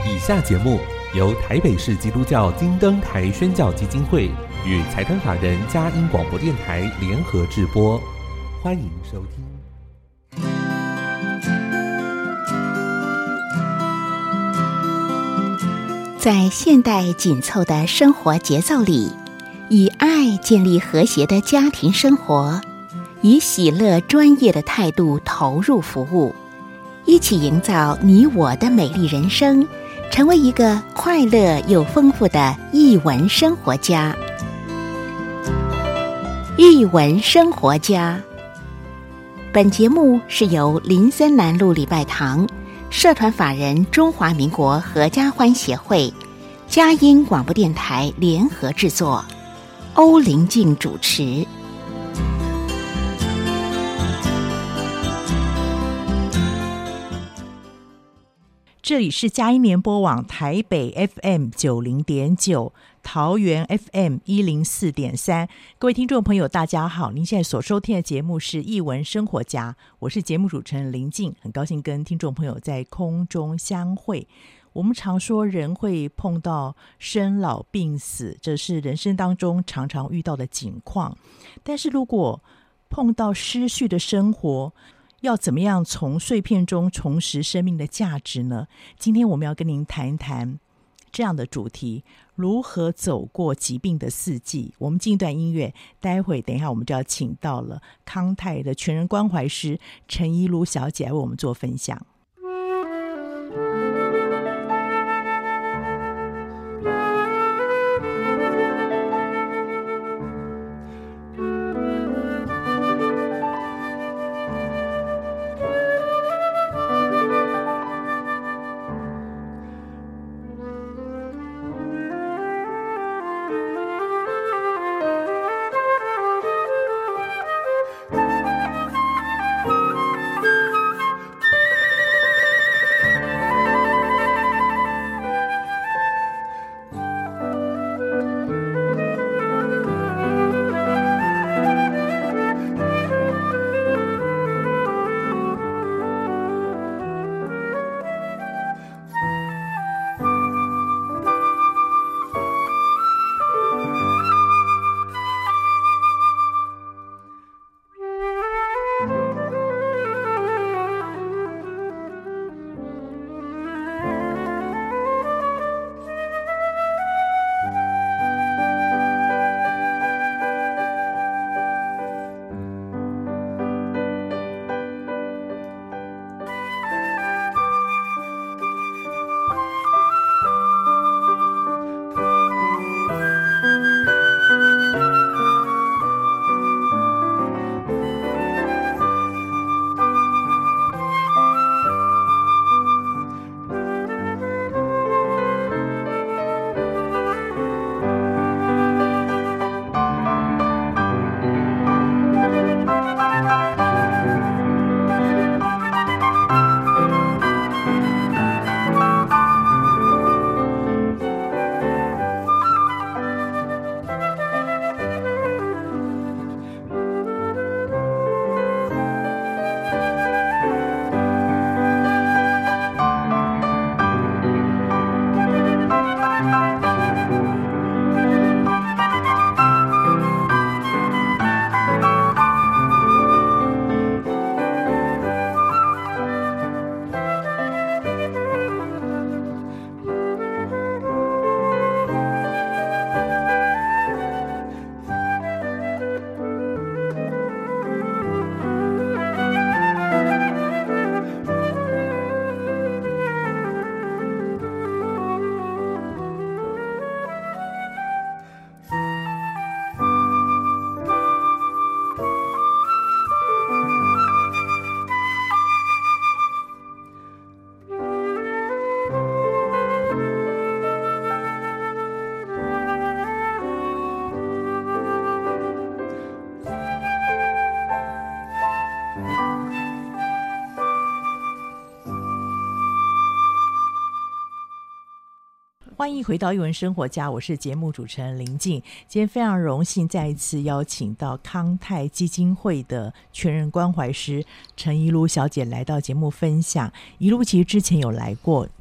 以下节目由台北市基督教金灯台宣教基金会与财团法人佳音广播电台联合制播，欢迎收听。 在现代紧凑的生活节奏里，以爱建立和谐的家庭生活，以喜乐专业的态度投入服务，一起营造你我的美丽人生，成为一个快乐又丰富的艺文生活家。艺文生活家，本节目是由林森南路礼拜堂社团法人中华民国合家欢协会、佳音广播电台联合制作，欧玲静主持。 这里是佳音联播网台北 FM 90.9，桃园 FM 104.3。各位听众朋友大家好，您现在所收听的节目是艺文生活家，我是节目主持人林静，很高兴跟听众朋友在空中相会。我们常说人会碰到生老病死，这是人生当中常常遇到的景况，但是如果碰到失去的生活，要怎么样从碎片中重拾生命的价值呢？今天我们要跟您谈一谈这样的主题，如何走过疾病的四季。我们进一段音乐，待会等一下我们就要请到了康泰的全人关怀师陈怡如小姐来为我们做分享。欢迎回到艺文生活家，我是节目主持人林静。今天非常荣幸再一次邀请到康泰基金会的全人关怀师陈怡如小姐来到节目分享。怡如其实之前有来过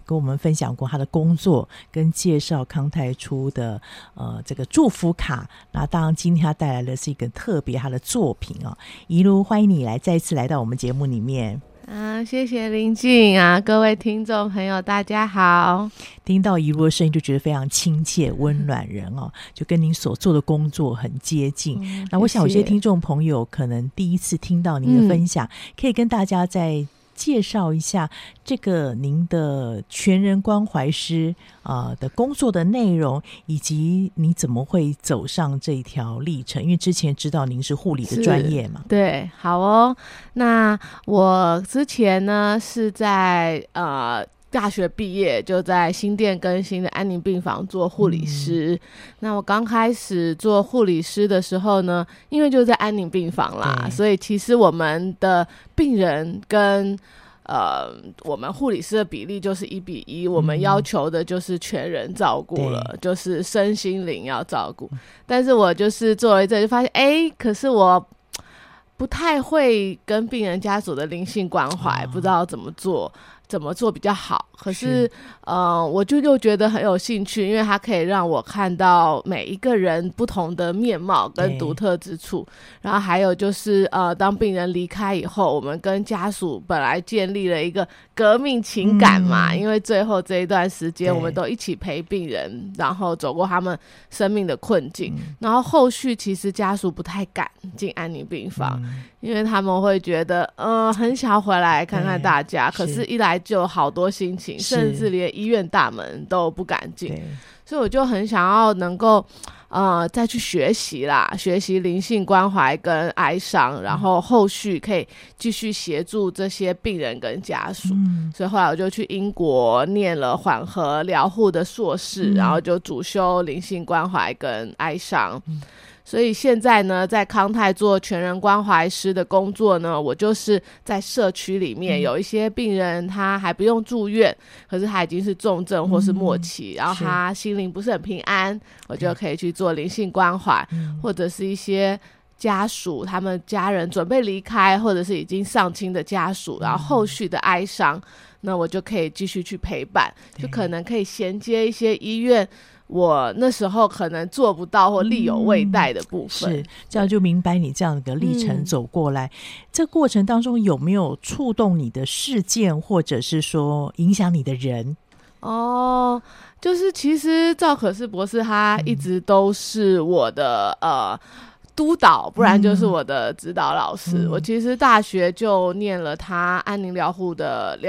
跟我们分享过他的工作，跟介绍康泰出的这个祝福卡。那当然今天他带来的是一个特别他的作品哦。一路欢迎你再一次来到我们节目里面。 谢谢林静啊，各位听众朋友大家好。 听到一路的声音就觉得非常亲切温暖人哦，就跟您所做的工作很接近。那我想有些听众朋友可能第一次听到您的分享，可以跟大家再介绍一下这个您的全人关怀师的工作的内容，以及你怎么会走上这一条历程，因为之前知道您是护理的专业嘛。 对，好哦。那我之前呢是在大学毕业就在新店更新的安宁病房做护理师。那我刚开始做护理师的时候呢，因为就在安宁病房啦，所以其实我们的病人跟我们护理师的比例就是1:1，我们要求的就是全人照顾了，就是身心灵要照顾。但是我就是做了一阵就发现可是我不太会跟病人家属的灵性关怀，不知道怎么做比较好。可是我就又觉得很有兴趣，因为它可以让我看到每一个人不同的面貌跟独特之处。然后还有就是当病人离开以后，我们跟家属本来建立了一个革命情感嘛，因为最后这一段时间我们都一起陪病人，然后走过他们生命的困境。然后后续其实家属不太敢进安宁病房，因为他们会觉得很想要回来看看大家，可是一来就有好多心情，甚至连医院大门都不敢进。所以我就很想要能够再去学习灵性关怀跟哀伤，然后后续可以继续协助这些病人跟家属。所以后来我就去英国念了缓和疗护的硕士，然后就主修灵性关怀跟哀伤。所以现在呢，在康泰做全人关怀师的工作呢，我就是在社区里面有一些病人他还不用住院，可是他已经是重症或是末期，然后他心灵不是很平安，我就可以去做灵性关怀，或者是一些家属他们家人准备离开，或者是已经丧亲的家属，然后后续的哀伤，那我就可以继续去陪伴，就可能可以衔接一些医院我那时候可能做不到或力有未逮的部分。 是，这样就明白你这样的历程走过来，这过程当中有没有触动你的事件，或者是说影响你的人？ 就是其实赵可士博士他一直都是我的督导，不然就是我的指导老师。我其实大学就念了他安宁疗护的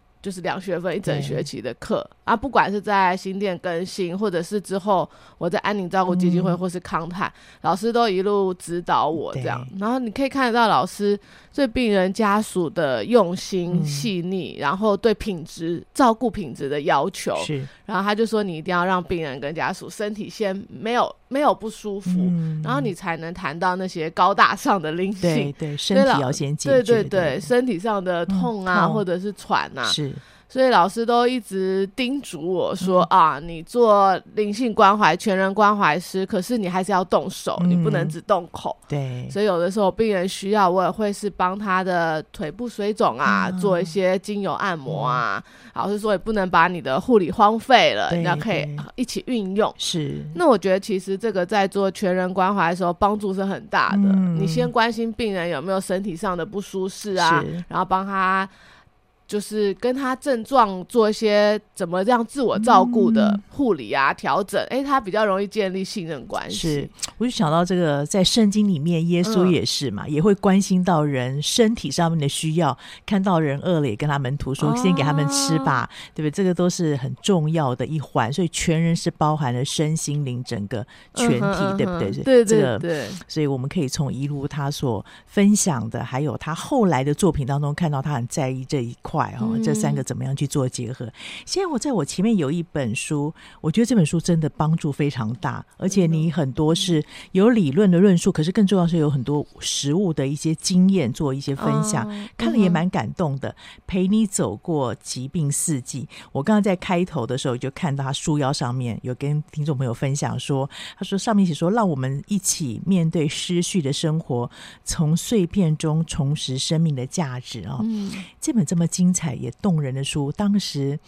2学分1整学期的课啊，不管是在新店更新，或者是之后我在安宁照顾基金会或是康泰，老师都一路指导我这样。然后你可以看得到老师对病人家属的用心细腻，然后对照顾品质的要求。是，然后他就说你一定要让病人跟家属身体先没有不舒服，然后你才能谈到那些高大上的灵性。 对，身体要先解决。 对，身体上的痛啊，或者是喘啊。是。所以老师都一直叮嘱我说你做灵性关怀全人关怀师，可是你还是要动手，你不能只动口。对，所以有的时候病人需要我也会是帮他的腿部水肿做一些精油按摩老师说也不能把你的护理荒废了，你要可以一起运用。是，那我觉得其实这个在做全人关怀的时候帮助是很大的。你先关心病人有没有身体上的不舒适然后帮他就是跟他症状做一些怎么这样自我照顾的护理调整，他比较容易建立信任关系。是， 我就想到这个在圣经里面耶稣也是嘛，也会关心到人身体上面的需要，看到人饿了也跟他门徒说先给他们吃吧，对不对？这个都是很重要的一环，所以全人是包含了身心灵整个全体，对不对？ 对， 这个所以我们可以从一路他所分享的，还有他后来的作品当中看到他很在意这一块这3个怎么样去做结合。现在在我前面有一本书，我觉得这本书真的帮助非常大，而且你很多是有理论的论述，可是更重要是有很多实务的一些经验做一些分享，看了也蛮感动的。陪你走过疾病4季，我刚刚在开头的时候就看到他书腰上面有跟听众朋友分享说，他说上面写说让我们一起面对失序的生活，从碎片中重拾生命的价值这本这么精彩也动人的书，当时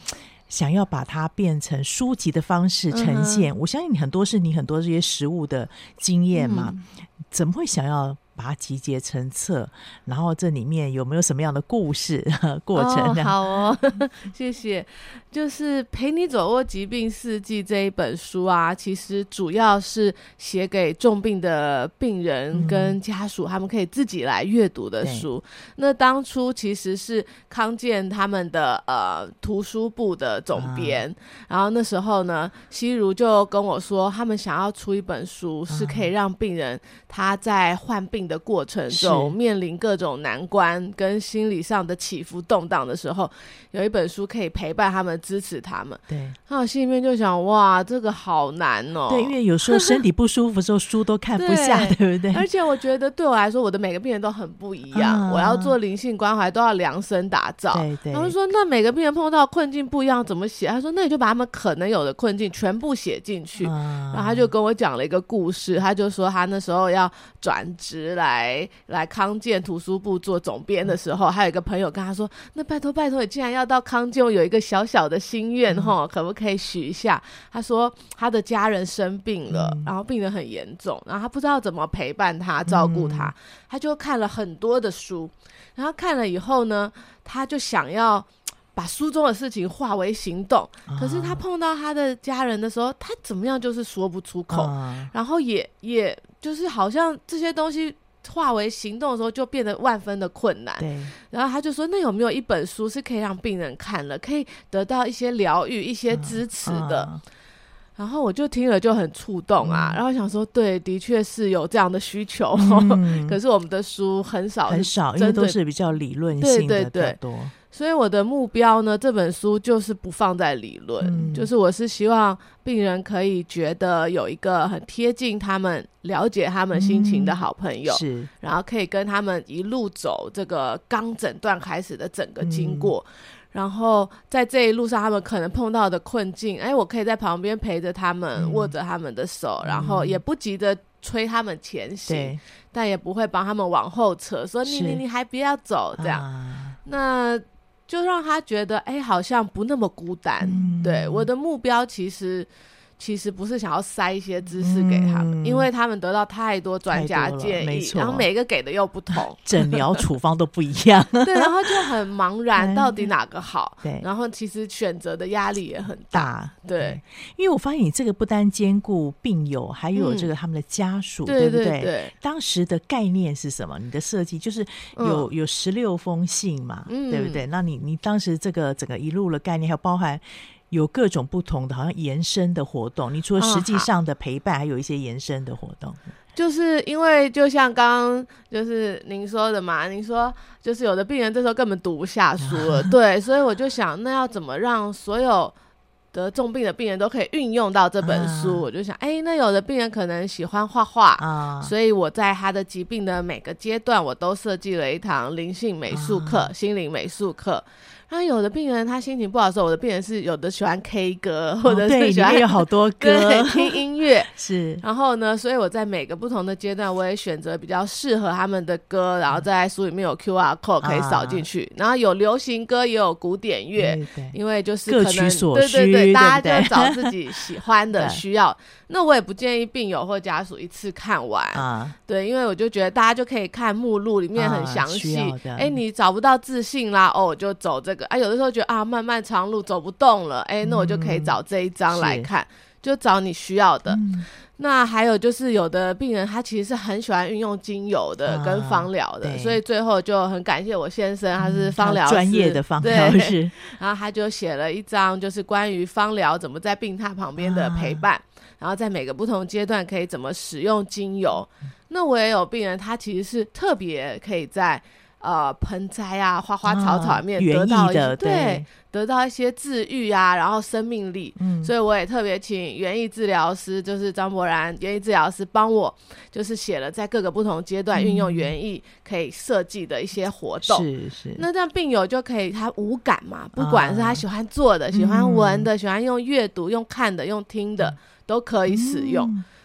想要把它变成书籍的方式呈现，我相信你很多这些实务的经验嘛，怎么会想要把它集结成册？然后这里面有没有什么样的故事过程？ 好哦谢谢。就是陪你走过疾病四季这一本书啊，其实主要是写给重病的病人跟家属，他们可以自己来阅读的书。那当初其实是康健他们的图书部的总编，然后那时候呢，西如就跟我说，他们想要出一本书，是可以让病人他在患病的过程中面临各种难关跟心理上的起伏动荡的时候，有一本书可以陪伴他们，支持他们。 对， 那我心里面就想，哇，这个好难哦。 对，因为有时候身体不舒服的时候书都看不下对不对？ 而且我觉得对我来说，我的每个病人都很不一样，我要做灵性关怀都要量身打造。 对对。 他们说那每个病人碰到困境不一样怎么写？他说那你就把他们可能有的困境全部写进去。然后他就跟我讲了一个故事，他就说他那时候要转职来康健图书部做总编的时候，还有一个朋友跟他说，那拜托你既然要到康健，我有一个小小的心愿可不可以许一下？他说他的家人生病了，然后病人很严重，然后他不知道怎么陪伴他照顾他，他就看了很多的书，然后看了以后呢，他就想要把书中的事情化为行动，可是他碰到他的家人的时候，他怎么样就是说不出口，然后也就是好像这些东西化为行动的时候就变得万分的困难。 对， 然后他就说那有没有一本书是可以让病人看了可以得到一些疗愈一些支持的，然后我就听了就很触动啊，然后想说对，的确是有这样的需求可是我们的书很少， 因为都是比较理论性的比较多。 所以我的目标呢，这本书就是不放在理论，就是我是希望病人可以觉得有一个很贴近他们了解他们心情的好朋友， 是， 然后可以跟他们一路走这个刚诊断开始的整个经过，然后在这一路上他们可能碰到的困境，我可以在旁边陪着他们，握着他们的手，然后也不急着催他们前行，但也不会帮他们往后扯，说你还不要走这样，那就让他觉得好像不那么孤单。对，我的目标其实不是想要塞一些知识给他们，因为他们得到太多专家建议，然后每个给的又不同， 诊疗处方都不一样对，然后就很茫然到底哪个好，对，然后其实选择的压力也很大。对， 因为我发现你这个不单兼顾病友还有这个他们的家属，对不对？对，当时的概念是什么？你的设计就是有16封信嘛，对不对？那你当时这个整个一路的概念还有包含有各种不同的好像延伸的活动，你除了实际上的陪伴还有一些延伸的活动。 就是因为就像刚刚就是您说的嘛，您说就是有的病人这时候根本读不下书了对，所以我就想那要怎么让所有得重病的病人都可以运用到这本书，我就想那有的病人可能喜欢画画所以我在他的疾病的每个阶段我都设计了一堂灵性美术课心灵美术课。然后有的病人他心情不好的时候，我的病人是有的喜欢 K 歌，或者是喜欢有好多歌听音乐是。 然后呢，所以我在每个不同的阶段，我也选择比较适合他们的歌，然后在书里面有 QR code 可以扫进去，然后有流行歌也有古典乐，因为就是可能各取所需， 对，大家就找自己喜欢的需要。那我也不建议病友或家属一次看完对，因为我就觉得大家就可以看目录里面很详细你找不到自信啦我就走这个有的时候觉得漫漫长路走不动了那我就可以找这一章来看就找你需要的那还有就是有的病人他其实是很喜欢运用精油的跟芳疗的所以最后就很感谢我先生他是芳疗师专业的芳疗师然后他就写了一章就是关于芳疗怎么在病榻旁边的陪伴然后在每个不同阶段可以怎么使用精油那我也有病人他其实是特别可以在盆栽花花草草里面得到得到一些治愈然后生命力所以我也特别请园艺治疗师就是张博然园艺治疗师帮我就是写了在各个不同阶段运用园艺可以设计的一些活动是那这样病友就可以他无感嘛不管是他喜欢做的喜欢闻的喜欢用阅读用看的用听的都可以使用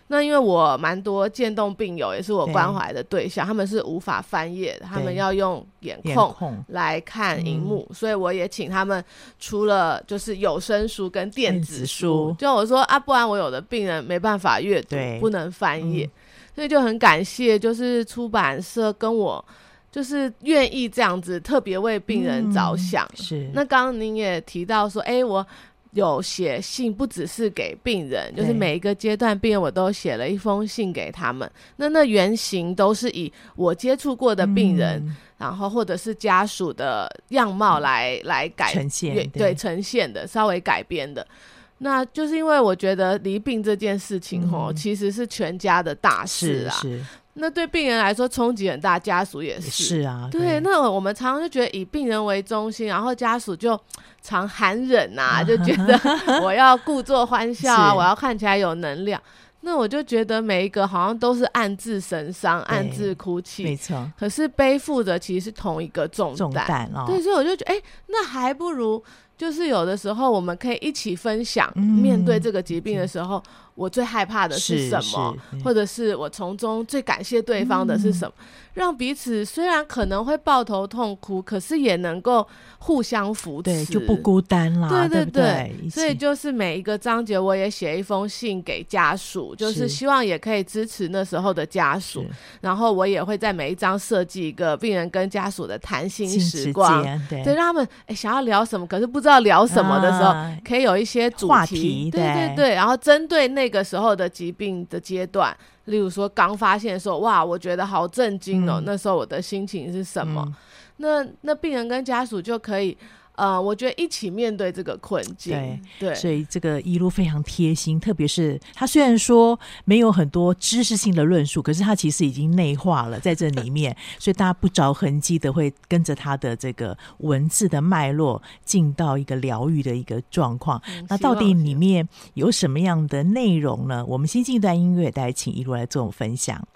那因为我蛮多渐冻病友也是我关怀的对象，他们是无法翻页的，他们要用眼控来看荧幕，所以我也请他们出了就是有声书跟电子书，就我说啊，不然我有的病人没办法阅读，不能翻页，所以就很感谢就是出版社跟我就是愿意这样子特别为病人着想。 是。 那刚刚您也提到说我有写信不只是给病人，就是每一个阶段病人我都写了一封信给他们，那原型都是以我接触过的病人然后或者是家属的样貌来改呈现， 对呈现的稍微改编的。那就是因为我觉得离病这件事情其实是全家的大事啊， 是那对病人来说冲击很大，家属也是啊。 对，那我们常常就觉得以病人为中心，然后家属就常含忍啊，就觉得我要故作欢笑啊，我要看起来有能量。那我就觉得每一个好像都是暗自神伤，暗自哭泣， 没错。 可是背负的其实是同一个重担对，所以我就觉得那还不如就是有的时候我们可以一起分享，面对这个疾病的时候我最害怕的是什么，或者是我从中最感谢对方的是什么，让彼此虽然可能会抱头痛哭，可是也能够互相扶持， 对，就不孤单啦，对不对？ 所以就是每一个章节我也写一封信给家属，就是希望也可以支持那时候的家属，然后我也会在每一章设计一个病人跟家属的谈心时光，对，让他们想要聊什么可是不知道聊什么的时候，可以有一些主题话题， 对，然后针对那个时候的疾病的阶段，例如说刚发现的时候，哇，我觉得好震惊哦，那时候我的心情是什么？那病人跟家属就可以我觉得一起面对这个困境。对， 所以这个一路非常贴心，特别是他虽然说没有很多知识性的论述，可是他其实已经内化了在这里面所以大家不着痕迹的会跟着他的这个文字的脉络进到一个疗愈的一个状况。那到底里面有什么样的内容呢？我们先进一段音乐，大家请一路来做我们分享。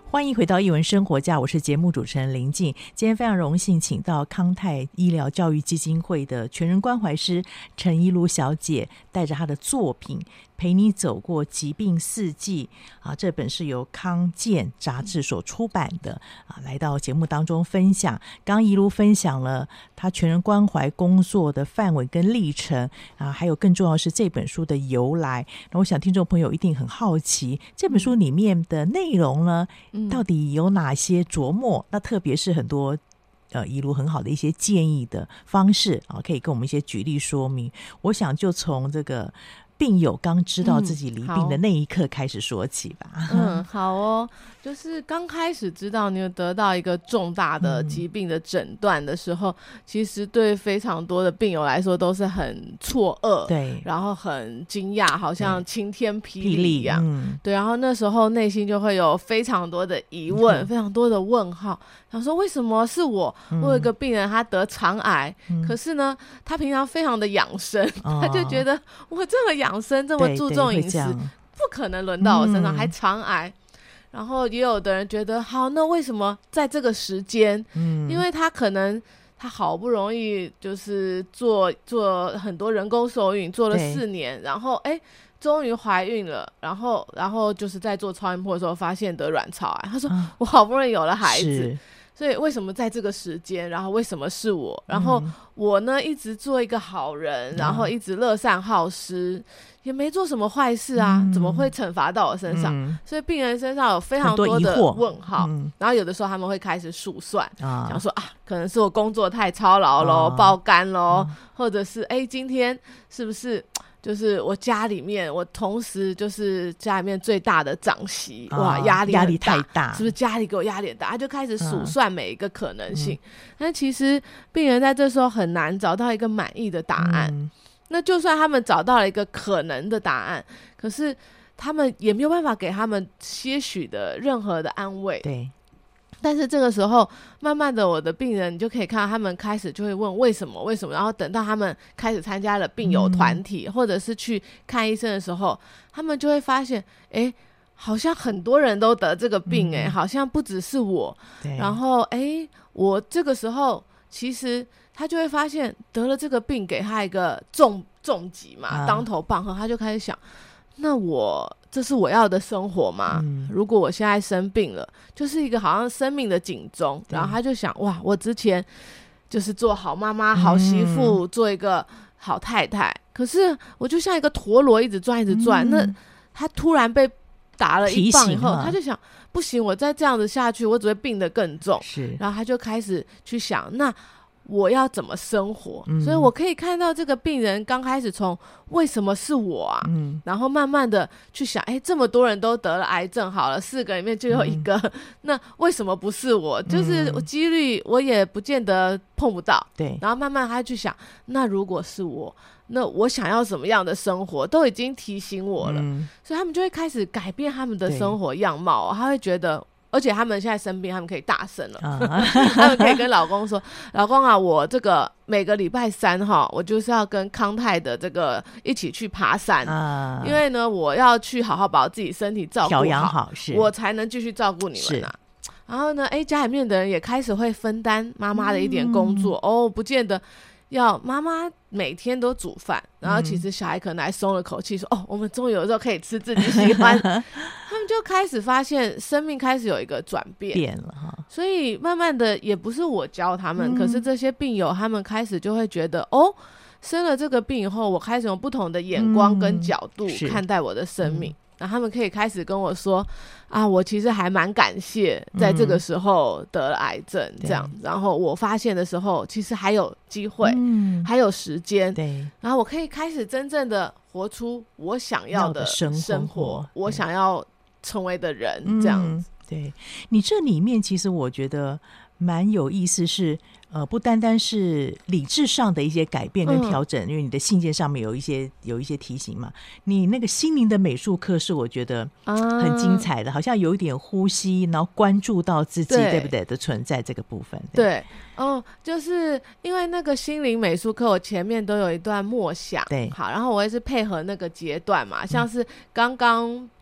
欢迎回到艺文生活家，我是节目主持人林静。今天非常荣幸请到康泰医疗教育基金会的全人关怀师陈一如小姐，带着她的作品陪你走过疾病四季这本是由康健杂志所出版的来到节目当中分享。刚一如分享了她全人关怀工作的范围跟历程还有更重要的是这本书的由来。那我想听众朋友一定很好奇，这本书里面的内容呢到底有哪些琢磨？那特别是很多一如很好的一些建议的方式可以跟我们一些举例说明。我想就从这个病友刚知道自己罹病的那一刻开始说起吧。 好哦，就是刚开始知道你有得到一个重大的疾病的诊断的时候，其实对非常多的病友来说都是很错愕， 对， 然后很惊讶，好像晴天霹雳一样，对，然后那时候内心就会有非常多的疑问，非常多的问号，想说为什么是我？我有一个病人他得肠癌，可是呢他平常非常的养生，他就觉得我这么养生这么注重饮食，不可能轮到我身上，还肠癌。然后也有的人觉得好，那为什么在这个时间因为他可能他好不容易就是做很多人工受孕做了4年，然后终于怀孕了，然后就是在做超音波的时候发现得卵巢癌，他说我好不容易有了孩子，所以为什么在这个时间，然后为什么是我，然后我呢一直做一个好人，然后一直乐善好施，也没做什么坏事啊，怎么会惩罚到我身上？所以病人身上有非常多的问号，然后有的时候他们会开始数算，想说可能是我工作太操劳咯，爆肝咯，或者是今天是不是就是我家里面，我同时就是家里面最大的长媳，哇，压力太大，是不是家里给我压力很大？他就开始数算每一个可能性。但其实病人在这时候很难找到一个满意的答案。那就算他们找到了一个可能的答案，可是他们也没有办法给他们些许的任何的安慰。 对。 但是这个时候慢慢的我的病人你就可以看到他们开始就会问为什么，然后等到他们开始参加了病友团体，或者是去看医生的时候，他们就会发现好像很多人都得这个病好像不只是我。然后我这个时候其实他就会发现得了这个病给他一个重击嘛，当头棒喝，他就开始想，那这是我要的生活吗？如果我现在生病了，就是一个好像生命的警钟。然后他就想，哇，我之前就是做好妈妈、好媳妇，做一个好太太，可是我就像一个陀螺一直转。那他突然被打了一棒以后，他就想，不行，我再这样子下去，我只会病得更重。然后他就开始去想，那我要怎么生活？所以我可以看到这个病人刚开始从为什么是我啊，然后慢慢的去想，这么多人都得了癌症，好了，4个里面就有1个，那为什么不是我？就是几率我也不见得碰不到。对，然后慢慢他去想，那如果是我，那我想要什么样的生活，都已经提醒我了，所以他们就会开始改变他们的生活样貌。他会觉得，而且他们现在生病，他们可以大声了，他们可以跟老公说，老公啊，我这个每个礼拜3我就是要跟康泰的这个一起去爬山，因为呢我要去好好把我自己身体照顾好，调养好，我才能继续照顾你们啊。然后呢家里面的人也开始会分担妈妈的一点工作，不见得要妈妈每天都煮饭，然后其实小孩可能还松了口气说，我们终于有时候可以吃自己喜欢他们就开始发现生命开始有一个转变了所以慢慢的也不是我教他们，可是这些病友他们开始就会觉得，生了这个病以后，我开始用不同的眼光跟角度看待我的生命。然后他们可以开始跟我说，我其实还蛮感谢在这个时候得了癌症这样，然后我发现的时候其实还有机会，还有时间，然后我可以开始真正的活出我想要的生活，我想要成为的人这样子。 对，你这里面其实我觉得蛮有意思是不单单是理智上的一些改变跟调整，因为你的信件上面有一些提醒嘛。你那个心灵的美术课是我觉得很精彩的，好像有一点呼吸，然后关注到自己对不对的存在这个部分。 对，就是因为那个心灵美术课，我前面都有一段默想，对，好，然后我也是配合那个阶段嘛，像是刚刚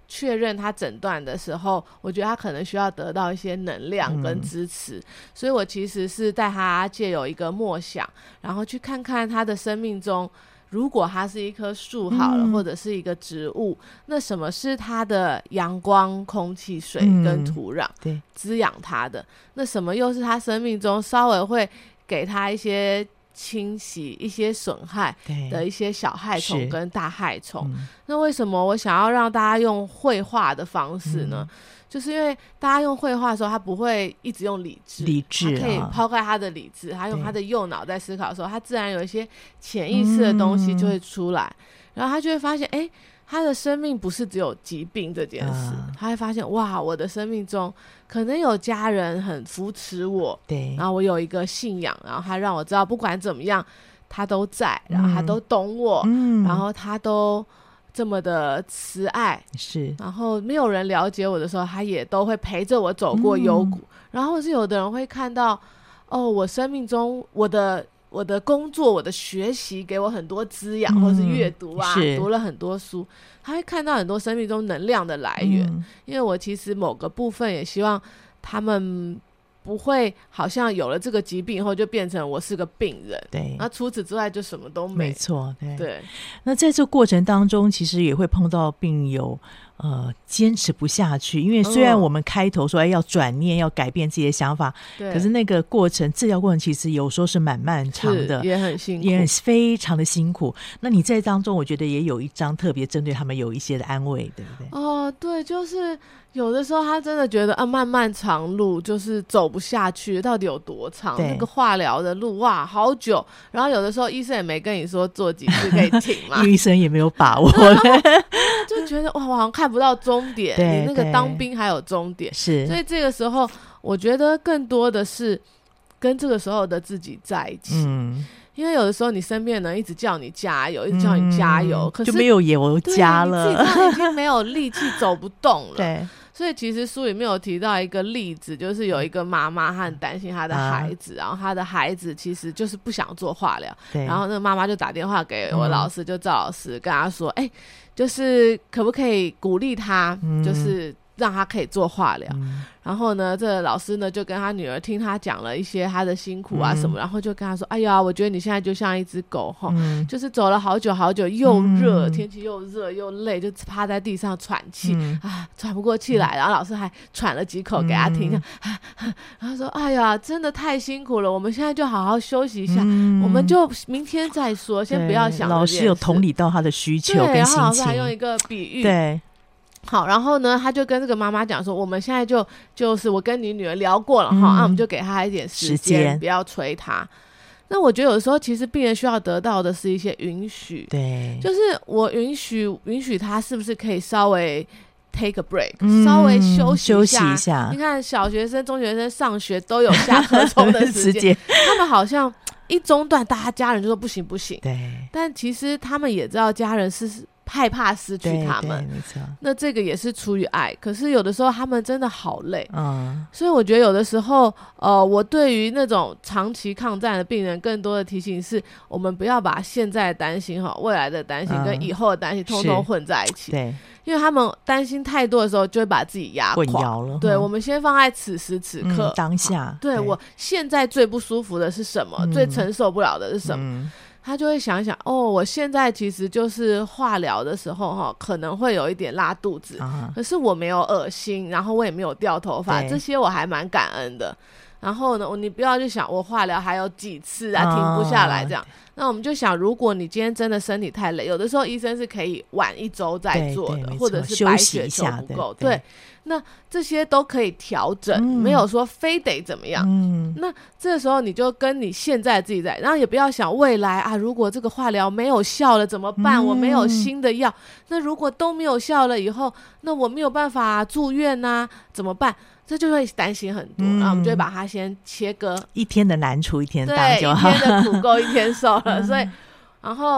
确认他诊断的时候，我觉得他可能需要得到一些能量跟支持，所以我其实是带他借有一个默想，然后去看看他的生命中，如果它是一棵树好了，或者是一个植物，那什么是它的阳光、空气、水跟土壤，对，滋养它的？那什么又是他生命中稍微会给他一些侵袭、一些损害的一些小害虫跟大害虫？那为什么我想要让大家用绘画的方式呢？就是因为大家用绘画的时候，他不会一直用理智，他可以抛开他的理智，他用他的右脑在思考的时候，他自然有一些潜意识的东西就会出来，然后他就会发现，他的生命不是只有疾病这件事，他会发现，哇，我的生命中可能有家人很扶持我，对，然后我有一个信仰，然后他让我知道不管怎么样他都在，然后他都懂我，然后他都这么的慈爱，是，然后没有人了解我的时候，他也都会陪着我走过幽谷，然后是有的人会看到，我生命中我的工作、我的学习给我很多滋养，或者是阅读啊，读了很多书，他会看到很多生命中能量的来源，因为我其实某个部分也希望他们不会好像有了这个疾病以后就变成我是个病人，对，那除此之外就什么都没错，对。那在这个过程当中其实也会碰到病友坚持不下去，因为虽然我们开头说要转念要改变自己的想法，可是那个过程治疗过程其实有时候是蛮漫长的， 也很辛苦， 也非常的辛苦。那你在当中我觉得也有一章特别针对他们有一些的安慰，对不对？ 对，就是有的时候他真的觉得漫漫长路就是走不下去，到底有多长？那个化疗的路哇好久，然后有的时候医生也没跟你说做几次可以停嘛， 医生也没有把握就觉得哇我好像看不到终点，你那个当兵还有终点，是，所以这个时候我觉得更多的是跟这个时候的自己在一起，因为有的时候你身边的人一直叫你加油，一直叫你加油，可是就没有油加了， 你自己已经没有力气走不动了。对，所以其实书里面有提到一个例子，就是有一个妈妈她很担心她的孩子，然后她的孩子其实就是不想做化疗，然后那个妈妈就打电话给我老师，就赵老师跟她说，就是可不可以鼓励他，就是让他可以做化疗，然后呢这个老师呢就跟他女儿听他讲了一些他的辛苦啊什么，然后就跟他说，哎呀我觉得你现在就像一只狗就是走了好久好久，又热，天气又热又累，就趴在地上喘气，喘不过气来，然后老师还喘了几口给他听，然后说，哎呀真的太辛苦了，我们现在就好好休息一下，我们就明天再说，先不要想。 老师有同理到他的需求跟心情，然后老师还用一个比喻，对，好，然后呢他就跟这个妈妈讲说，我们现在就是我跟你女儿聊过了那我们就给她一点时间，不要催她。那我觉得有的时候其实病人需要得到的是一些允许，对，就是我允许他是不是可以稍微 take a break，稍微休息一下。你看小学生中学生上学都有下课钟的时间他们好像一中断大家家人就说不行不行，对，但其实他们也知道家人是害怕失去他们，没错，那这个也是出于爱，可是有的时候他们真的好累，所以我觉得有的时候我对于那种长期抗战的病人更多的提醒是，我们不要把现在的担心未来的担心跟以后的担心通通混在一起，对，因为他们担心太多的时候就会把自己压垮了，对，我们先放在此时此刻， 当下， 对，我现在最不舒服的是什么，最承受不了的是什么，他就会想想我现在其实就是化疗的时候可能会有一点拉肚子，可是我没有恶心，然后我也没有掉头发，这些我还蛮感恩的。然后呢你不要去想我化疗还有几次停不下来这样，那我们就想如果你今天真的身体太累，有的时候医生是可以晚1周再做的，或者是白血球不够，对，那这些都可以调整，没有说非得怎么样，那这个时候你就跟你现在自己在，然后也不要想未来如果这个化疗没有效了怎么办，我没有新的药，那如果都没有效了以后，那我没有办法住院怎么办，这就会担心很多，然后我们就会把它先切割， 一天的难处一天当就好， 一天的苦够一天受了所以然后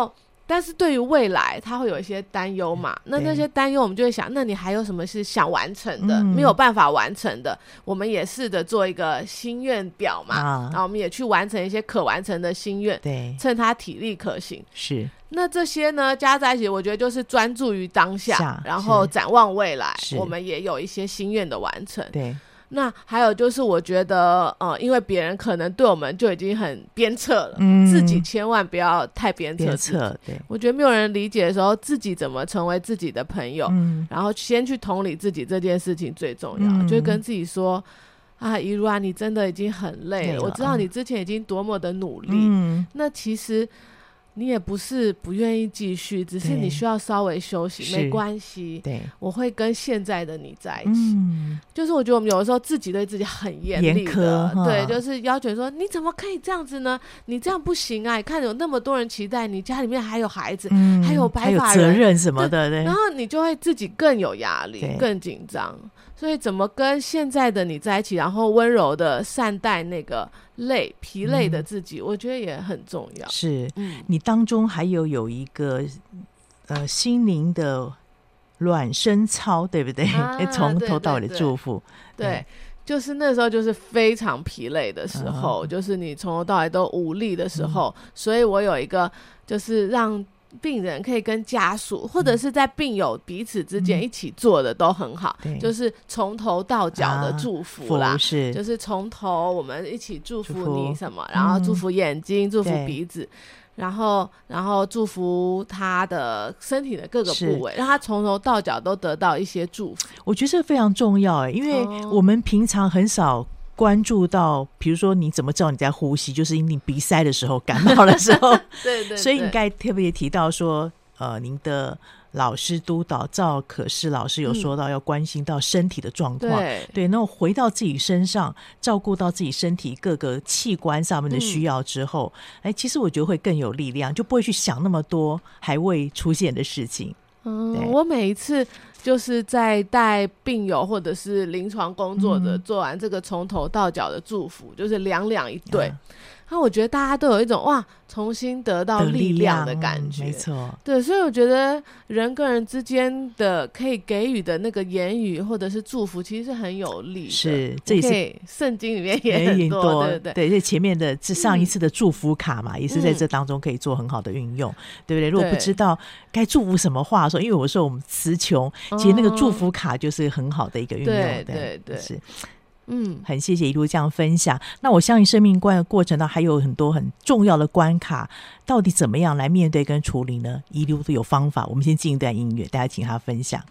但是对于未来他会有一些担忧嘛，那些担忧我们就会想，那你还有什么是想完成的，没有办法完成的，我们也试着做一个心愿表嘛，然后我们也去完成一些可完成的心愿，对，趁他体力可行。是，那这些呢加在一起，我觉得就是专注于当下，然后展望未来，我们也有一些心愿的完成。对，那还有就是我觉得因为别人可能对我们就已经很鞭策了，自己千万不要太鞭策自己。对，我觉得没有人理解的时候，自己怎么成为自己的朋友，然后先去同理自己，这件事情最重要。就跟自己说啊，怡如啊，你真的已经很累了，我知道你之前已经多么的努力，那其实你也不是不愿意继续，只是你需要稍微休息，没关系。对，我会跟现在的你在一起。就是我觉得我们有的时候自己对自己很严厉的，对，就是要求说你怎么可以这样子呢？你这样不行啊！你看有那么多人期待你，家里面还有孩子，还有白发人， 还有责任什么的，对， 然后你就会自己更有压力，更紧张。所以怎么跟现在的你在一起，然后温柔的善待那个疲累的自己，我觉得也很重要。是，你当中还有一个心灵的暖身操，对不对？从头到尾的祝福，对。就是那时候就是非常疲累的时候，就是你从头到尾都无力的时候，所以我有一个就是让病人可以跟家属或者是在病友彼此之间一起做的都很好，就是从头到脚的祝福啦，就是从头我们一起祝福你什么，然后祝福眼睛，祝福鼻子，然后祝福他的身体的各个部位，让他从头到脚都得到一些祝福。我觉得这非常重要，因为我们平常很少关注到，比如说你怎么知道你在呼吸，就是因为你鼻塞的时候，感冒的时候对，所以你刚才特别提到说您的老师督导赵可士老师有说到要关心到身体的状况，对，那回到自己身上，照顾到自己身体各个器官上面的需要之后，其实我觉得会更有力量，就不会去想那么多还未出现的事情。我每一次就是在带病友或者是临床工作者做完这个从头到脚的祝福，就是两一对，那我觉得大家都有一种哇重新得到力量的感觉，没错，对，所以我觉得人跟人之间的可以给予的那个言语或者是祝福其实是很有力的，是，这也是圣经里面也很多，对不对？对，这前面的上一次的祝福卡嘛，也是在这当中可以做很好的运用，对不对？如果不知道该祝福什么话的时候，因为有时候我们词穷，其实那个祝福卡就是很好的一个运用，对，是。很谢谢一路这样分享。那我相信生命观的过程中还有很多很重要的关卡，到底怎么样来面对跟处理呢？一路都有方法。我们先进一段音乐，大家请他分享。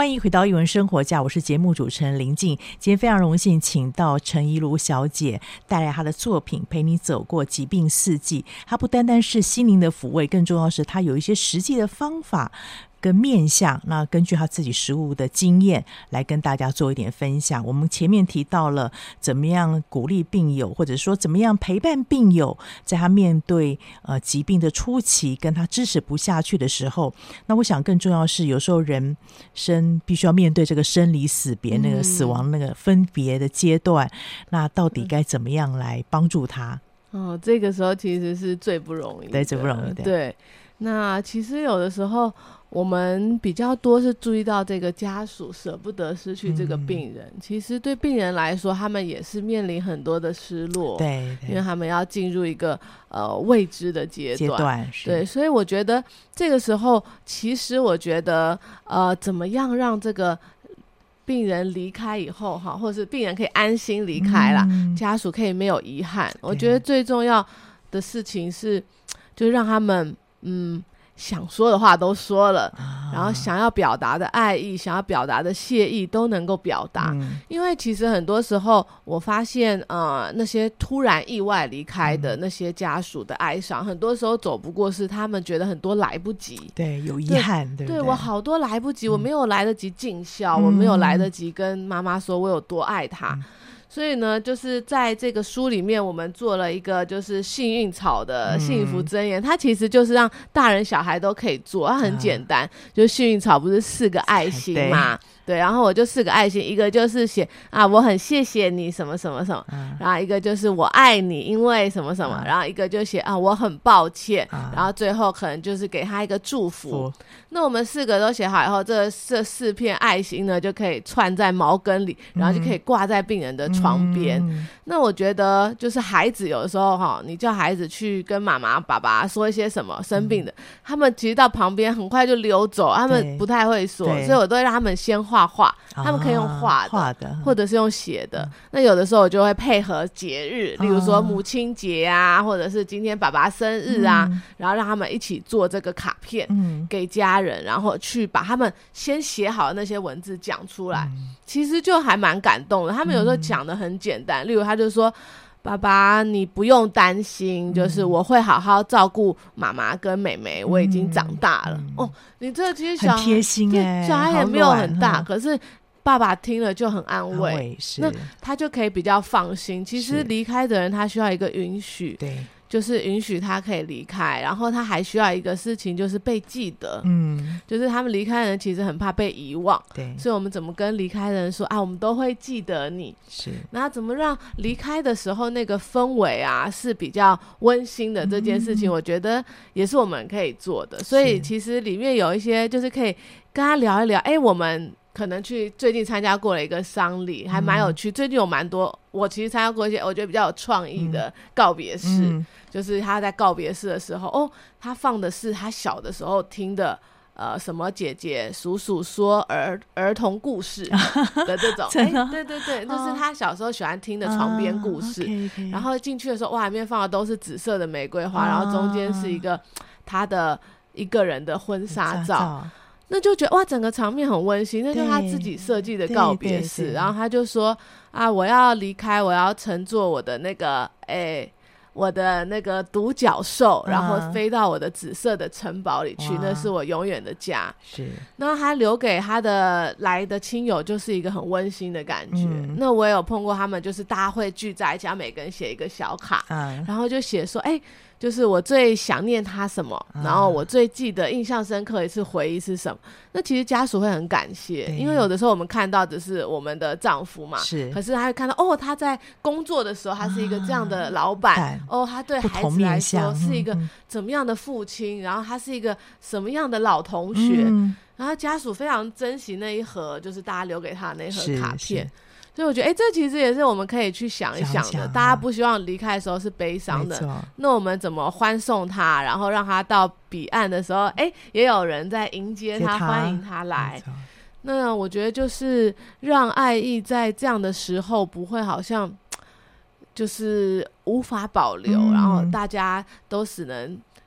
欢迎回到艺文生活家，我是节目主持人林静。今天非常荣幸请到陈怡如小姐带来她的作品《陪你走过疾病四季》。她不单单是心灵的抚慰，更重要是她有一些实际的方法跟面向，那根据他自己实务的经验来跟大家做一点分享。我们前面提到了怎么样鼓励病友，或者说怎么样陪伴病友，在他面对疾病的初期，跟他支持不下去的时候，那我想更重要是有时候人生必须要面对这个生离死别，那个死亡那个分别的阶段，那到底该怎么样来帮助他？ 这个时候其实是最不容易的， 对，最不容易的。 对，那其实有的时候我们比较多是注意到这个家属舍不得失去这个病人，其实对病人来说，他们也是面临很多的失落， 对， 因为他们要进入一个未知的阶段，对，所以我觉得这个时候，其实我觉得怎么样让这个病人离开以后哈，或者是病人可以安心离开啦，家属可以没有遗憾。我觉得最重要的事情是，就是让他们想说的话都说了，然后想要表达的爱意，想要表达的谢意都能够表达。因为其实很多时候我发现那些突然意外离开的那些家属的哀伤，很多时候走不过是他们觉得很多来不及， 对，有遗憾，对不对？ 对，我好多来不及，我没有来得及尽孝，我没有来得及跟妈妈说我有多爱她。所以呢，就是在这个书里面，我们做了一个就是幸运草的幸福箴言，它其实就是让大人小孩都可以做，它很简单，就是幸运草不是4个爱心嘛，对，然后我就4个爱心，一个就是写我很谢谢你什么什么什么，然后一个就是我爱你因为什么什么，然后一个就写我很抱歉，然后最后可能就是给他一个祝福。那我们4个都写好以后，这4片爱心呢就可以串在毛根里，然后就可以挂在病人的床边。那我觉得就是孩子有的时候你叫孩子去跟妈妈爸爸说一些什么生病的，他们其实到旁边很快就溜走，他们不太会说，所以我都会让他们先画画，他们可以用画的或者是用写的。那有的时候我就会配合节日，例如说母亲节啊，或者是今天爸爸生日啊，然后让他们一起做这个卡片给家人，然后去把他们先写好的那些文字讲出来，其实就还蛮感动的。他们有时候讲的很简单，例如他就说爸爸你不用担心，就是我会好好照顾妈妈跟妹妹，我已经长大了。你这其实很贴心小孩也没有很大，可是爸爸听了就很安慰，那他就可以比较放心。其实离开的人他需要一个允许，对，就是允许他可以离开，然后他还需要一个事情，就是被记得。就是他们离开的人其实很怕被遗忘，对，所以我们怎么跟离开的人说我们都会记得你，是，然后怎么让离开的时候那个氛围是比较温馨的，这件事情我觉得也是我们可以做的。所以其实里面有一些就是可以跟他聊一聊，我们可能最近参加过了一个丧礼，还蛮有趣。最近有蛮多，我其实参加过一些我觉得比较有创意的告别式，就是他在告别式的时候，他放的是他小的时候听的什么姐姐叔叔说儿童故事的这种对对对，就是他小时候喜欢听的床边故事。然后进去的时候，里面放的都是紫色的玫瑰花，然后中间是一个他的一个人的婚纱照。那就觉得整个场面很温馨，那就是他自己设计的告别式。然后他就说我要离开，我要乘坐我的那个我的那个独角兽，然后飞到我的紫色的城堡里去，那是我永远的家。是，那他留给他的来的亲友就是一个很温馨的感觉。那我也有碰过他们，就是大家会聚在一起，每个人写一个小卡，然后就写说就是我最想念他什么，然后我最记得印象深刻一次回忆是什么。那其实家属会很感谢，因为有的时候我们看到的是我们的丈夫嘛，可是他会看到他在工作的时候他是一个这样的老板，他对孩子来说是一个怎么样的父亲，然后他是一个什么样的老同学，然后家属非常珍惜那一盒就是大家留给他的那一盒卡片。所以我觉得这其实也是我们可以去想一想的，大家不希望离开的时候是悲伤的，那我们怎么欢送他，然后让他到彼岸的时候也有人在迎接他，欢迎他来。那我觉得就是让爱意在这样的时候不会好像就是无法保留，然后大家都只能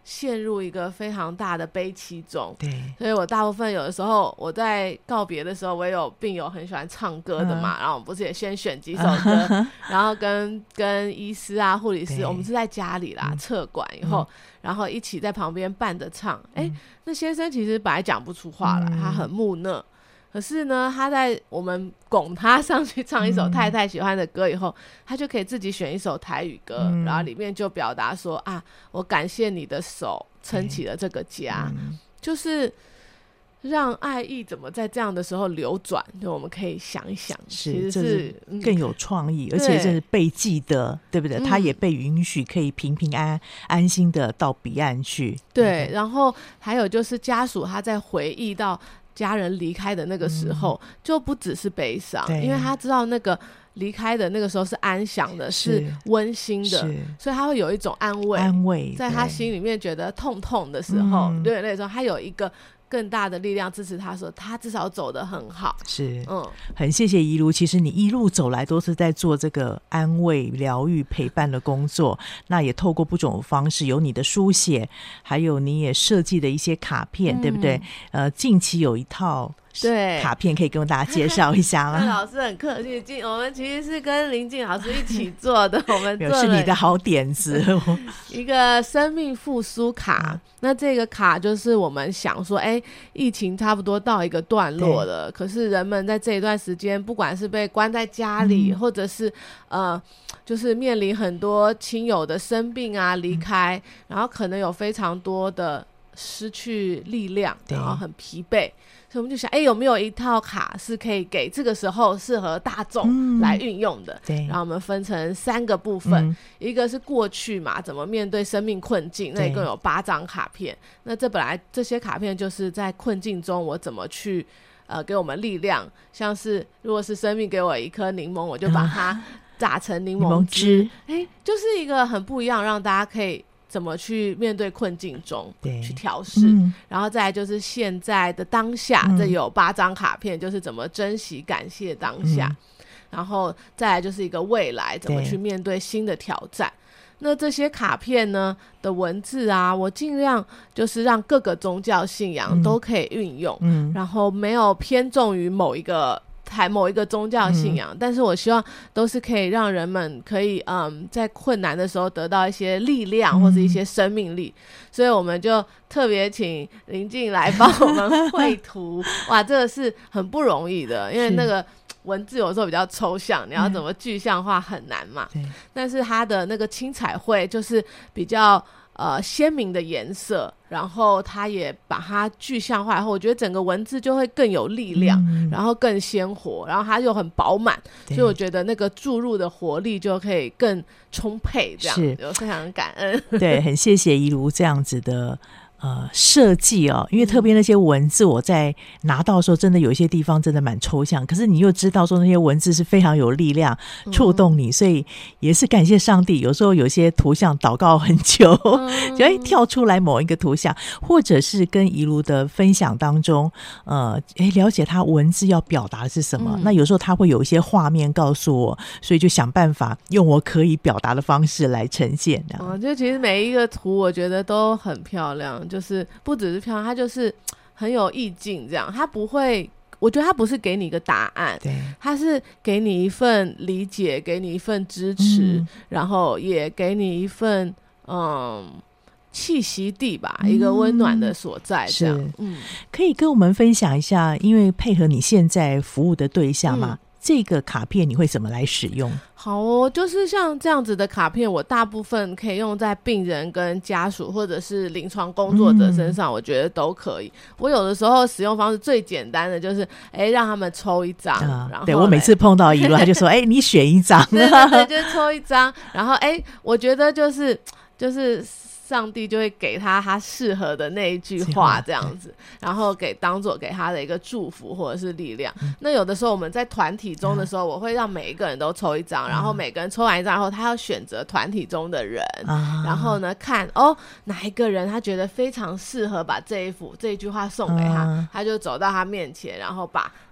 陷入一个非常大的悲戚中。 对， 所以我大部分有的时候我在告别的时候，我也有病友很喜欢唱歌的嘛，然后我们不是也先选几首歌，然后跟医师啊护理师，我们是在家里啦撤管以后，然后一起在旁边伴着唱。那先生其实本来讲不出话来，他很木讷，可是呢他在我们拱他上去唱一首太太喜欢的歌以后，他就可以自己选一首台语歌，然后里面就表达说啊，我感谢你的手撑起了这个家，就是让爱意怎么在这样的时候流转，就我们可以想一想，其实是更有创意，而且这是被记得，对不对？他也被允许可以平平安安心的到彼岸去。 对，然后还有就是家属他在回忆到家人离开的那个时候，就不只是悲伤，因为他知道那个离开的那个时候是安详的，是温馨的，所以他会有一种安慰在他心里面觉得痛痛的时候，对，那时候他有一个更大的力量支持他，说他至少走得很好。 是，很谢谢宜如，其实你一路走来都是在做这个安慰、疗愈、陪伴的工作，那也透过不同的方式，有你的书写，还有你也设计的一些卡片，对不对？近期有一套对卡片可以跟大家介绍一下吗？ 老师很客气，我们其实是跟林静老师一起做的，我们做了是你的好点子一个生命复苏卡。那这个卡就是我们想说疫情差不多到一个段落了，可是人们在这一段时间不管是被关在家里，或者是就是面临很多亲友的生病啊离开，然后可能有非常多的失去力量，然后很疲惫，所以我们就想有没有一套卡是可以给这个时候适合大众来运用的，然后我们分成3个部分，一个是过去嘛，怎么面对生命困境，那一共有8张卡片，那这本来这些卡片就是在困境中我怎么去给我们力量，像是如果是生命给我一颗柠檬，我就把它榨成柠檬汁，就是一个很不一样，让大家可以怎么去面对困境中去调试，然后再来就是现在的当下，这有8张卡片，就是怎么珍惜感谢当下，然后再来就是一个未来怎么去面对新的挑战。那这些卡片呢的文字啊，我尽量就是让各个宗教信仰都可以运用，然后没有偏重于某一个宗教信仰，但是我希望都是可以让人们可以在困难的时候得到一些力量或者一些生命力，所以我们就特别请林静来帮我们绘图哇，这个是很不容易的，因为那个文字有时候比较抽象，你要怎么具象化很难嘛，但是它的那个青彩绘就是比较鲜明的颜色，然后它也把它具象化以后，我觉得整个文字就会更有力量，然后更鲜活，然后它又很饱满，所以我觉得那个注入的活力就可以更充沛，这样就非常感恩。 对，很谢谢宜如这样子的设计因为特别那些文字我在拿到的时候真的有一些地方真的蛮抽象，可是你又知道说那些文字是非常有力量触动你，所以也是感谢上帝，有时候有些图像祷告很久就跳出来某一个图像，或者是跟宜如的分享当中了解他文字要表达的是什么，那有时候他会有一些画面告诉我，所以就想办法用我可以表达的方式来呈现就其实每一个图我觉得都很漂亮，就是不只是漂亮，它就是很有意境这样，它不会，我觉得它不是给你一个答案，它是给你一份理解，给你一份支持，然后也给你一份栖息地吧，一个温暖的所在这样。 可以跟我们分享一下，因为配合你现在服务的对象嘛，这个卡片你会怎么来使用？ 好就是像这样子的卡片，我大部分可以用在病人跟家属或者是临床工作者身上，我觉得都可以。我有的时候使用方式最简单的就是让他们抽一张，然后对我每次碰到宜如他就说你选一张对对对，就是抽一张，然后我觉得就是上帝就会给他适合的那一句话这样子，然后当作给他的一个祝福或者是力量。那有的时候我们在团体中的时候，我会让每一个人都抽一张，然后每个人抽完一张以后，他要选择团体中的人，然后呢看哪一个人他觉得非常适合把这一句话送给他，他就走到他面前，然后把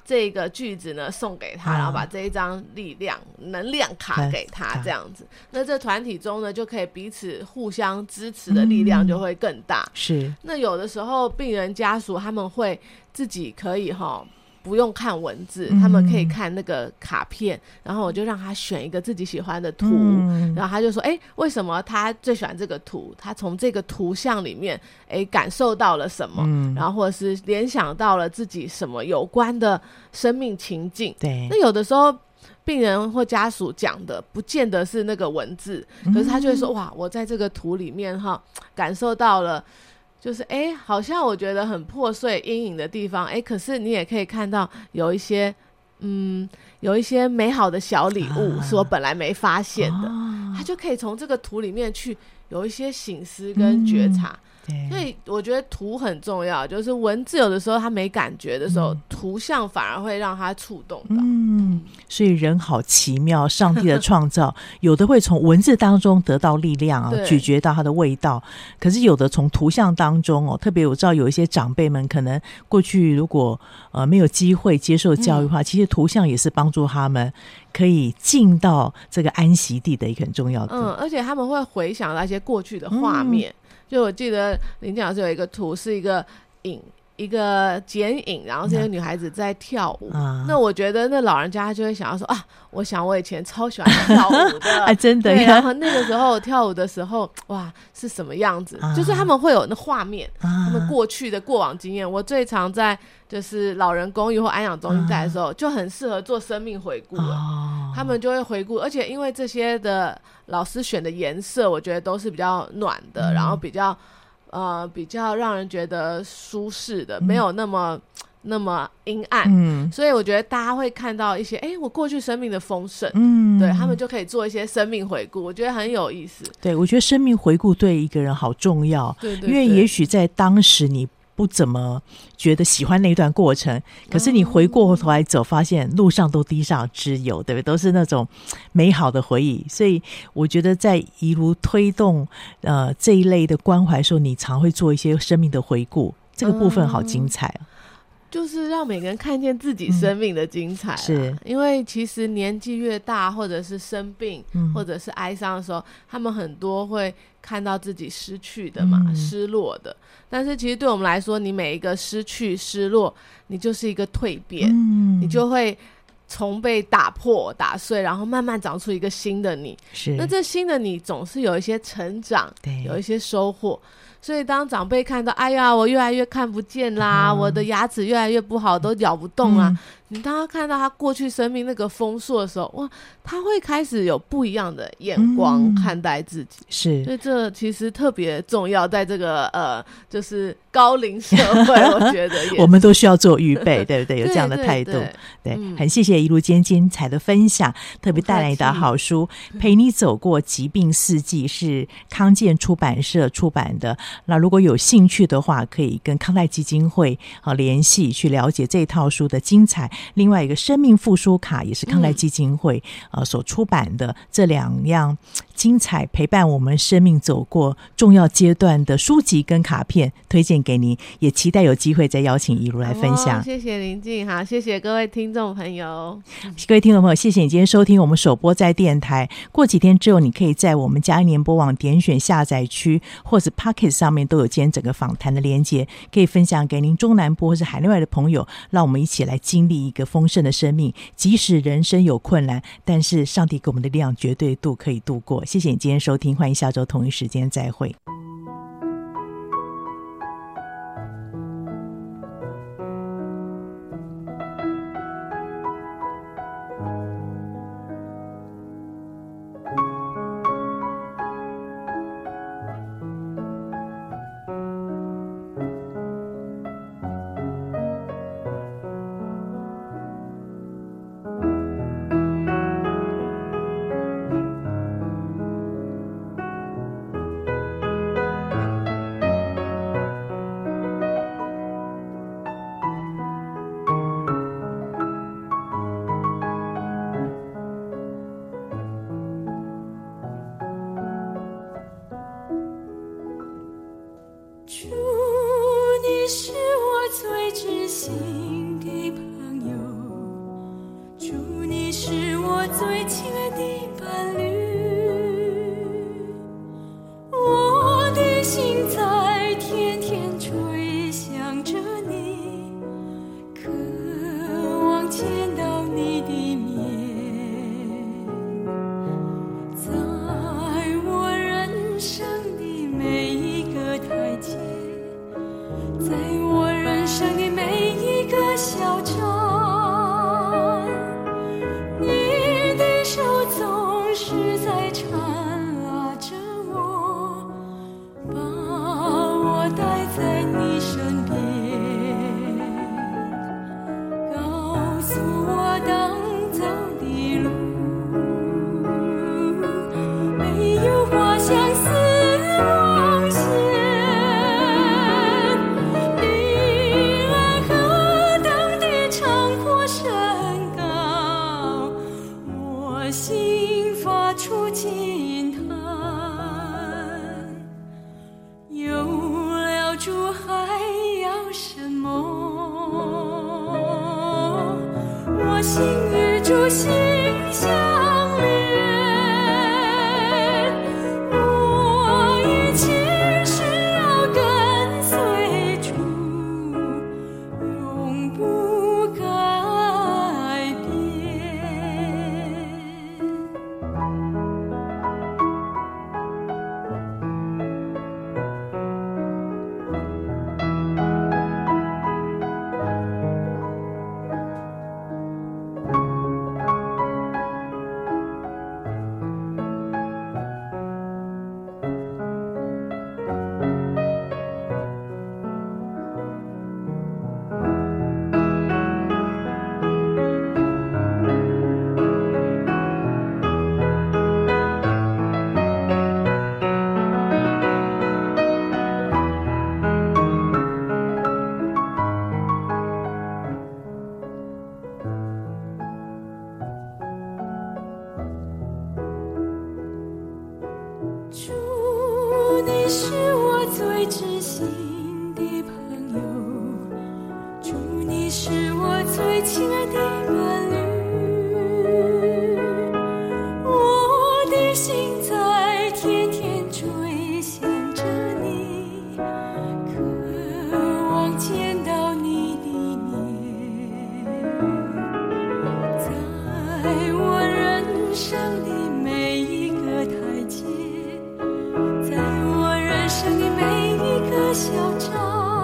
这个句子呢送给他，然后把这一张能量卡给他，这样子。那这团体中呢，就可以彼此互相支持的力量就会更大。 是。 那有的时候病人家属他们会自己可以不用看文字，他们可以看那个卡片，然后我就让他选一个自己喜欢的图，然后他就说为什么他最喜欢这个图，他从这个图像里面感受到了什么，然后或者是联想到了自己什么有关的生命情境。 对， 那有的时候病人或家属讲的不见得是那个文字，可是他就会说哇，我在这个图里面感受到了，就是好像我觉得很破碎阴影的地方，可是你也可以看到有一些美好的小礼物是我本来没发现的，他就可以从这个图里面去有一些省思跟觉察。所以我觉得图很重要，就是文字有的时候他没感觉的时候，图像反而会让他触动到。 所以人好奇妙，上帝的创造有的会从文字当中得到力量咀嚼到它的味道，可是有的从图像当中特别我知道有一些长辈们可能过去如果没有机会接受教育的话，其实图像也是帮助他们可以进到这个安息地的一个很重要的。 而且他们会回想到一些过去的画面。就我记得林静老师有一个图是一个剪影，然后这些女孩子在跳舞，那我觉得那老人家就会想要说我想我以前超喜欢跳舞的真的对，然后那个时候跳舞的时候哇是什么样子，就是他们会有那画面，他们过去的过往经验。我最常在就是老人公寓或安养中心在的时候，就很适合做生命回顾了。他们就会回顾，而且因为这些的老师选的颜色我觉得都是比较暖的，然后比较让人觉得舒适的，没有那么阴暗，所以我觉得大家会看到一些我过去生命的丰盛，对，他们就可以做一些生命回顾，我觉得很有意思。 对，我觉得生命回顾对一个人好重要， 对， 因为也许在当时你不怎么觉得喜欢那段过程，可是你回过头来走，发现路上都滴上脂油，对不对？都是那种美好的回忆。所以我觉得在宜如推动这一类的关怀的时候，你常会做一些生命的回顾，这个部分好精彩就是让每个人看见自己生命的精彩是因为其实年纪越大或者是生病或者是哀伤的时候，他们很多会看到自己失去的嘛，失落的。但是其实对我们来说，你每一个失去失落，你就是一个蜕变，你就会从被打破打碎，然后慢慢长出一个新的你。 是， 那这新的你总是有一些成长，有一些收获。所以当长辈看到哎呀我越来越看不见啦，我的牙齿越来越不好，都咬不动啦，你当他看到他过去生命那个丰硕的时候，哇，他会开始有不一样的眼光看待自己。是，所以这其实特别重要，在这个就是高龄社会我觉得也我们都需要做预备对不对？有这样的态度。对，很谢谢一路今天精彩的分享，特别带来的好书陪你走过疾病四季，是康健出版社出版的。那如果有兴趣的话，可以跟康泰基金会联系去了解这套书的精彩。另外一个生命复苏卡也是康泰基金会所出版的，这两样精彩陪伴我们生命走过重要阶段的书籍跟卡片推荐给您，也期待有机会再邀请一路来分享。 谢谢林静，好，谢谢各位听众朋友。 各位听众朋友，谢谢你今天收听我们首播在电台，过几天之后你可以在我们嘉义联播网点选下载区或者 Podcast 上面都有今天整个访谈的连结，可以分享给您中南部或是海内外的朋友，让我们一起来经历一个丰盛的生命。即使人生有困难，但是上帝给我们的力量绝对可以度过。谢谢你今天收听，欢迎下周同一时间再会。 诉我当走的路，没有花香似梦仙，离岸河等的长阔深高，我心发出惊叹，有了主还要什么？我心与主心相连，我一切是要跟随主，永不改变。主，你是我最知心的朋友，主，你是我最亲爱的伴侣，我的心在天天追想着你，渴望见到你的面，在我人生的每一个台阶，在我人生的每一个小站，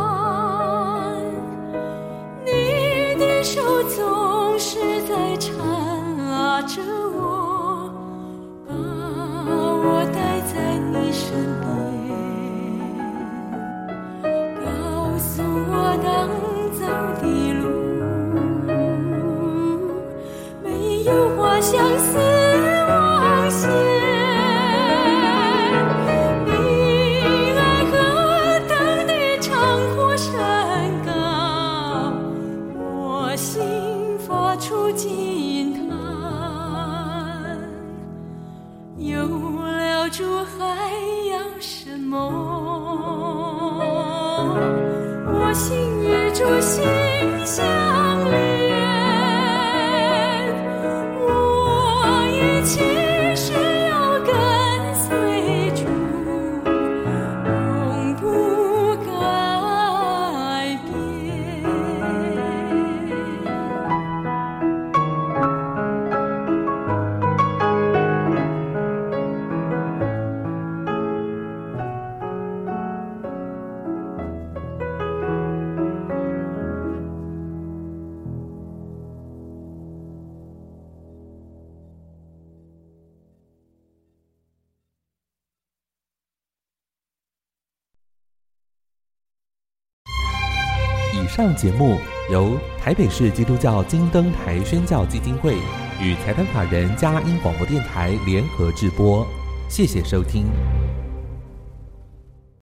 你的手总是在缠拉着我，把我带在你身边，告诉我当走的路，没有花香似梦仙。出惊叹，有了主还要什么？我心与主心相连，我一切是要跟随主，永不改变。 以上节目由台北市基督教金灯台宣教基金会与财团法人佳音广播电台联合制播，谢谢收听。